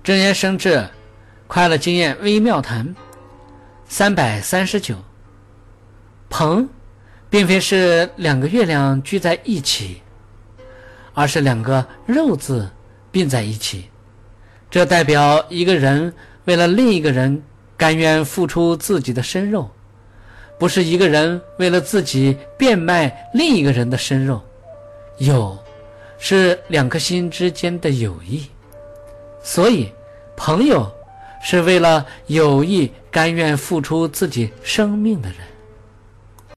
真言生智，快乐经验微妙谈339。朋并非是两个月亮聚在一起，而是两个肉字并在一起。这代表一个人为了另一个人甘愿付出自己的身肉，不是一个人为了自己变卖另一个人的身肉。友是两颗心之间的友谊，所以朋友是为了友谊甘愿付出自己生命的人。